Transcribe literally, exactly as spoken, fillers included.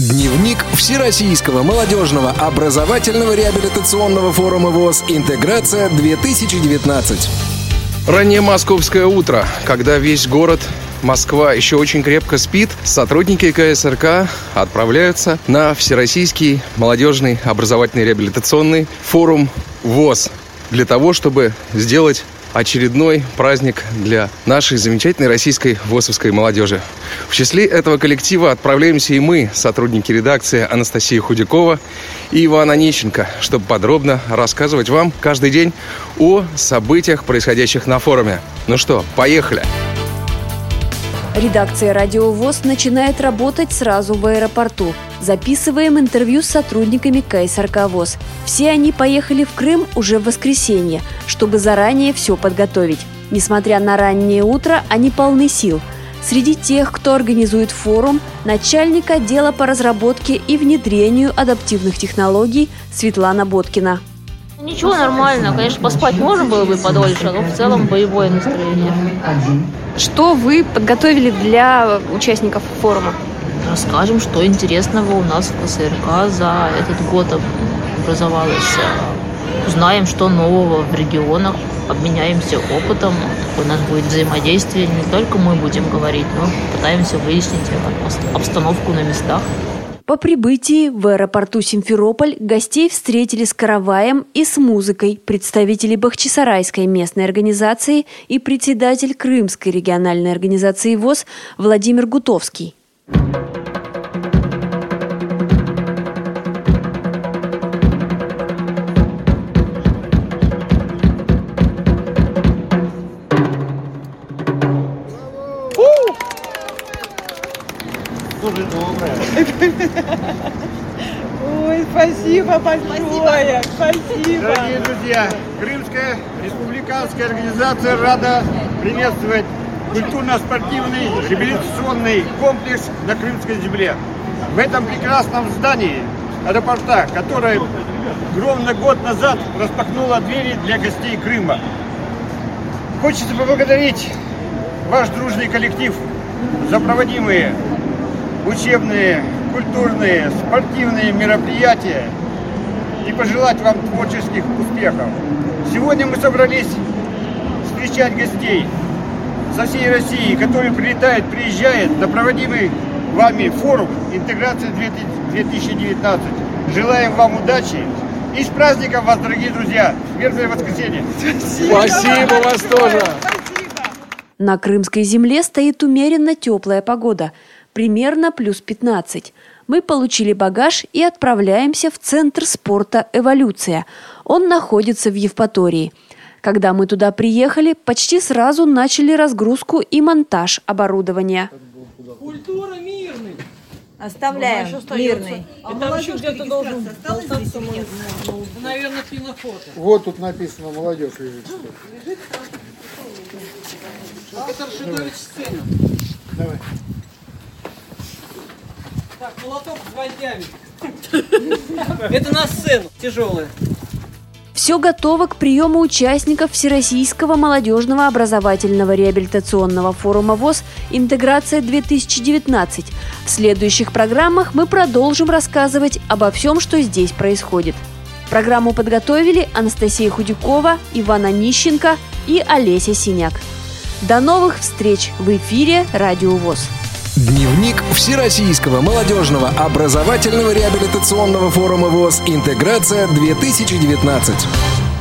Дневник Всероссийского молодежного образовательного реабилитационного форума ВОС «Интеграция-две тысячи девятнадцать». Раннее московское утро, когда весь город Москва еще очень крепко спит, сотрудники ка эс эр ка отправляются на Всероссийский молодежный образовательный реабилитационный форум ВОС для того, чтобы сделать очередной праздник для нашей замечательной российской ВОСовской молодежи. В числе этого коллектива отправляемся и мы, сотрудники редакции Анастасия Худякова и Иван Онищенко, чтобы подробно рассказывать вам каждый день о событиях, происходящих на форуме. Ну что, поехали! Редакция «Радио ВОС» начинает работать сразу в аэропорту. Записываем интервью с сотрудниками ка эс эр ка ВОС. Все они поехали в Крым уже в воскресенье, чтобы заранее все подготовить. Несмотря на раннее утро, они полны сил. Среди тех, кто организует форум, начальник отдела по разработке и внедрению адаптивных технологий Светлана Боткина. Ничего, нормально. Конечно, поспать можно было бы подольше, но в целом боевое настроение. Что вы подготовили для участников форума? Расскажем, что интересного у нас в ка эс эр ка за этот год образовалось. Узнаем, что нового в регионах, обменяемся опытом. У нас будет взаимодействие. Не только мы будем говорить, но пытаемся выяснить обстановку на местах. По прибытии в аэропорту Симферополь гостей встретили с караваем и с музыкой представители Бахчисарайской местной организации и председатель Крымской региональной организации ВОС Владимир Гутовский. Ой, спасибо большое, спасибо. Дорогие друзья, Крымская республиканская организация рада приветствовать культурно-спортивный реабилитационный комплекс на Крымской земле. В этом прекрасном здании аэропорта, которое ровно год назад распахнуло двери для гостей Крыма. Хочется поблагодарить ваш дружный коллектив за проводимые учебные, культурные, спортивные мероприятия и пожелать вам творческих успехов. Сегодня мы собрались встречать гостей со всей России, которые прилетают, приезжают на проводимый вами форум «Интеграция-две тысячи девятнадцать». Желаем вам удачи и с праздником вас, дорогие друзья! Верное воскресенье! Спасибо вас тоже! На крымской земле стоит умеренно теплая погода. Примерно плюс пятнадцать. Мы получили багаж и отправляемся в Центр спорта «Эволюция». Он находится в Евпатории. Когда мы туда приехали, почти сразу начали разгрузку и монтаж оборудования. Культура мирный. Оставляем мирный. А там еще где-то должен остаться, наверное, пинофото. Вот тут написано «Молодежь» лежит. Это Рашидович сцена. Давай. Так, молоток с гвоздями. Это на сцену, тяжелое. Все готово к приему участников Всероссийского молодежного образовательного реабилитационного форума ВОС «Интеграция-две тысячи девятнадцать». В следующих программах мы продолжим рассказывать обо всем, что здесь происходит. Программу подготовили Анастасия Худякова, Иван Онищенко и Олеся Синяк. До новых встреч в эфире «Радио ВОС». Дневник Всероссийского молодежного образовательного реабилитационного форума ВОС «Интеграция-две тысячи девятнадцать».